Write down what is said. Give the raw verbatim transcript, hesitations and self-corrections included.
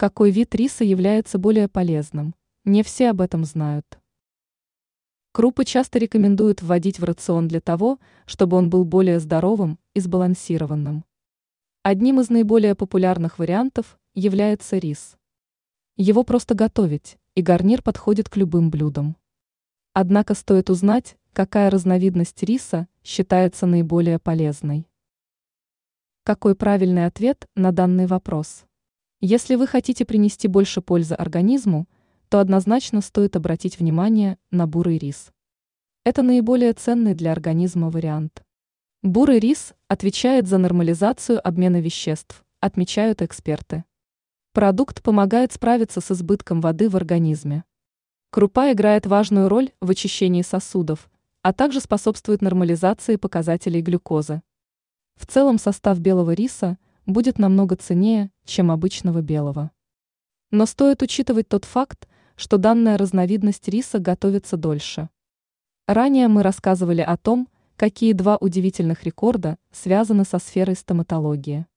Какой вид риса является более полезным? Не все об этом знают. Крупы часто рекомендуют вводить в рацион для того, чтобы он был более здоровым и сбалансированным. Одним из наиболее популярных вариантов является рис. Его просто готовить, и гарнир подходит к любым блюдам. Однако стоит узнать, какая разновидность риса считается наиболее полезной. Какой правильный ответ на данный вопрос? Если вы хотите принести больше пользы организму, то однозначно стоит обратить внимание на бурый рис. Это наиболее ценный для организма вариант. Бурый рис отвечает за нормализацию обмена веществ, отмечают эксперты. Продукт помогает справиться с избытком воды в организме. Крупа играет важную роль в очищении сосудов, а также способствует нормализации показателей глюкозы. В целом состав белого риса будет намного ценнее, чем обычного белого. Но стоит учитывать тот факт, что данная разновидность риса готовится дольше. Ранее мы рассказывали о том, какие два удивительных рекорда связаны со сферой стоматологии.